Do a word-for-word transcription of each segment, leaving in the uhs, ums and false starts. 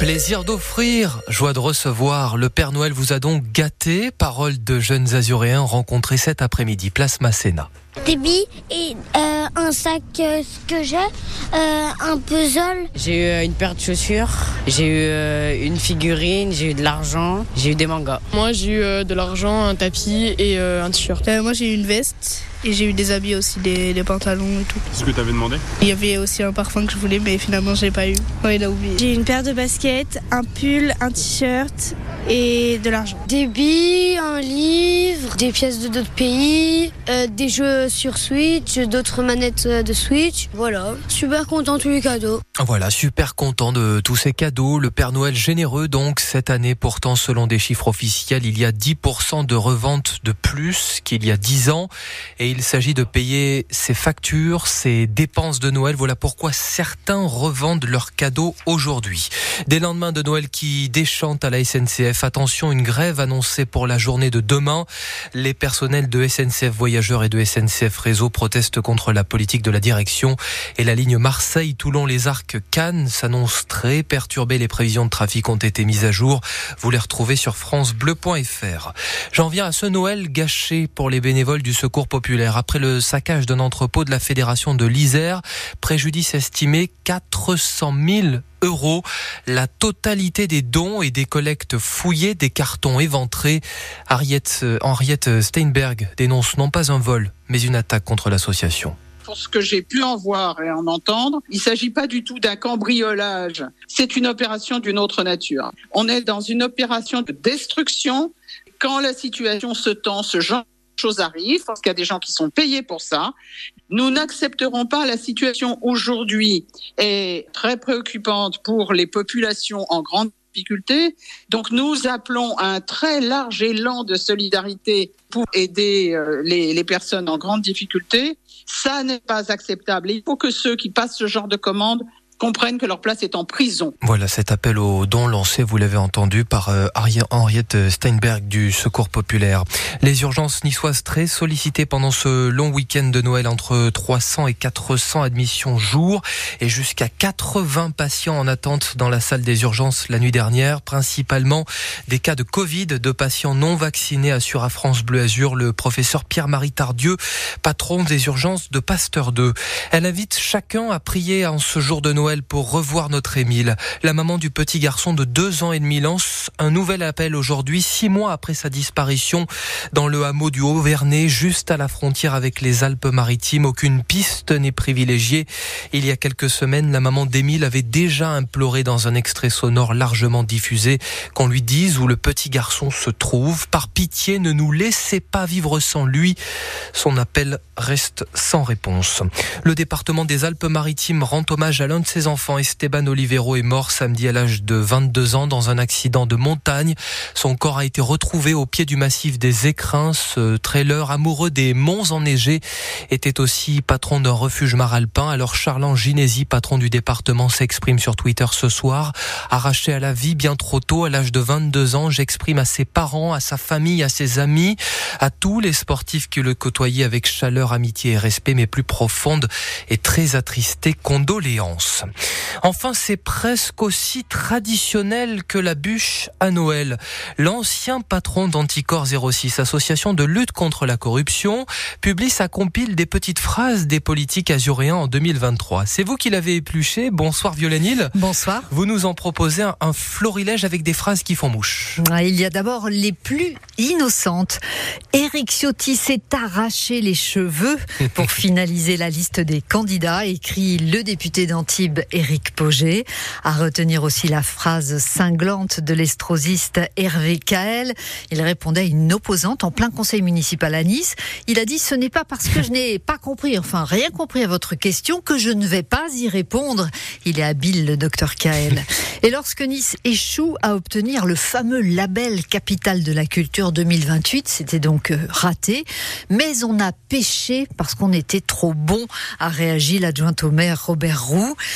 Plaisir d'offrir, joie de recevoir. Le Père Noël vous a donc gâté. Paroles de jeunes Azuréens rencontrés cet après-midi, place Masséna. Des billes et euh, un sac euh, que j'ai, euh, un puzzle. J'ai eu euh, une paire de chaussures, j'ai eu euh, une figurine, j'ai eu de l'argent, j'ai eu des mangas. Moi j'ai eu euh, de l'argent, un tapis et euh, un t-shirt. Euh, moi j'ai eu une veste et j'ai eu des habits aussi, des, des pantalons et tout. Qu'est-ce que tu avais demandé ? Il y avait aussi un parfum que je voulais mais finalement je l'ai pas eu. Ouais, il a oublié. J'ai eu une paire de baskets, un pull, un t-shirt et de l'argent. Des billes, un livre, des pièces de d'autres pays, euh, des jeux sur Switch, d'autres manettes de Switch. Voilà, super content de tous les cadeaux. Voilà, super content de tous ces cadeaux. Le Père Noël généreux donc cette année. Pourtant, selon des chiffres officiels, il y a dix pour cent de reventes de plus qu'il y a dix ans. Et il s'agit de payer ses factures, ses dépenses de Noël. Voilà pourquoi certains revendent leurs cadeaux aujourd'hui. Des lendemains de Noël qui déchantent à la S N C F. Attention, une grève annoncée pour la journée de demain. Les personnels de S N C F Voyageurs et de S N C F Réseau protestent contre la politique de la direction. Et la ligne Marseille-Toulon-Les Arcs-Cannes s'annonce très perturbée. Les prévisions de trafic ont été mises à jour. Vous les retrouvez sur francebleu point f r. J'en viens à ce Noël gâché pour les bénévoles du Secours populaire. Après le saccage d'un entrepôt de la Fédération de l'Isère, préjudice estimé quatre cent mille euros. La totalité des dons et des collectes fouillées, des cartons éventrés. Henriette, Henriette Steinberg dénonce non pas un vol, mais une attaque contre l'association. Pour ce que j'ai pu en voir et en entendre, il ne s'agit pas du tout d'un cambriolage. C'est une opération d'une autre nature. On est dans une opération de destruction. Quand la situation se tend, ce genre de choses arrive, parce qu'il y a des gens qui sont payés pour ça. Nous n'accepterons pas. La situation aujourd'hui est très préoccupante pour les populations en grande difficulté. Donc nous appelons à un très large élan de solidarité pour aider euh, les, les personnes en grande difficulté. Ça n'est pas acceptable. Il faut que ceux qui passent ce genre de commandes comprennent que leur place est en prison. Voilà cet appel aux dons lancé, vous l'avez entendu, par euh, Henriette Steinberg du Secours populaire. Les urgences niçoises très sollicitées pendant ce long week-end de Noël, entre trois cents et quatre cents admissions jour et jusqu'à quatre-vingts patients en attente dans la salle des urgences la nuit dernière, principalement des cas de Covid, de patients non vaccinés, assure à France Bleu Azur le professeur Pierre-Marie Tardieu, patron des urgences de Pasteur deux. Elle invite chacun à prier en ce jour de Noël pour revoir notre Émile. La maman du petit garçon de deux ans et demi lance un nouvel appel aujourd'hui, six mois après sa disparition dans le hameau du Haut-Vernay, juste à la frontière avec les Alpes-Maritimes. Aucune piste n'est privilégiée. Il y a quelques semaines, la maman d'Émile avait déjà imploré dans un extrait sonore largement diffusé qu'on lui dise où le petit garçon se trouve. Par pitié, ne nous laissez pas vivre sans lui. Son appel reste sans réponse. Le département des Alpes-Maritimes rend hommage à l'un de ses enfants. Esteban Olivero est mort samedi à l'âge de vingt-deux ans dans un accident de montagne. Son corps a été retrouvé au pied du massif des Écrins. Ce trailer amoureux des monts enneigés était aussi patron d'un refuge maralpin. Alors Charles Ginesi, patron du département, s'exprime sur Twitter ce soir. Arraché à la vie bien trop tôt, à l'âge de vingt-deux ans, j'exprime à ses parents, à sa famille, à ses amis, à tous les sportifs qui le côtoyaient avec chaleur, amitié et respect, mais plus profonde et très attristée condoléances. Enfin, c'est presque aussi traditionnel que la bûche à Noël. L'ancien patron d'Anticorps zéro six, association de lutte contre la corruption, publie sa compile des petites phrases des politiques azuréens en deux mille vingt-trois. C'est vous qui l'avez épluché. Bonsoir Viola-Nil. Bonsoir. Vous nous en proposez un, un florilège avec des phrases qui font mouche. Il y a d'abord les plus innocentes. Éric Ciotti s'est arraché les cheveux pour finaliser la liste des candidats, écrit le député d'Antibes Éric Pogé. À retenir aussi la phrase cinglante de l'estrosiste Hervé Caël. Il répondait à une opposante en plein conseil municipal à Nice. Il a dit « Ce n'est pas parce que je n'ai pas compris, enfin rien compris à votre question que je ne vais pas y répondre. » Il est habile, le docteur Caël. Et lorsque Nice échoue à obtenir le fameux label Capitale de la Culture deux mille vingt-huit, c'était donc raté, mais on a péché parce qu'on était trop bon, a réagi l'adjoint au maire Robert Roux.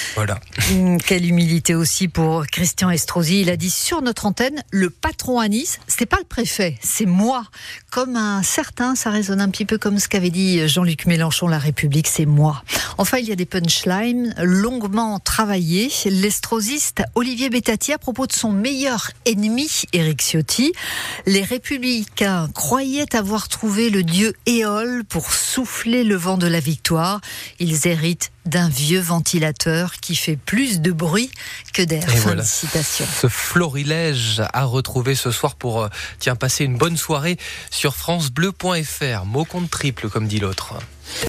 Voilà. Quelle humilité aussi pour Christian Estrosi. Il a dit sur notre antenne, le patron à Nice, c'est pas le préfet, c'est moi. Comme un certain, ça résonne un petit peu comme ce qu'avait dit Jean-Luc Mélenchon, la République, c'est moi. Enfin, il y a des punchlines longuement travaillées. L'estrosiste Olivier Bettati à propos de son meilleur ennemi, Éric Ciotti. Les Républicains croyaient avoir trouvé le dieu Éole pour souffler le vent de la victoire. Ils héritent d'un vieux ventilateur qui fait plus de bruit que d'air. Et fin voilà, de citation. Ce florilège à retrouver ce soir pour euh, tiens, passer une bonne soirée sur francebleu point f r. Mot compte triple, comme dit l'autre.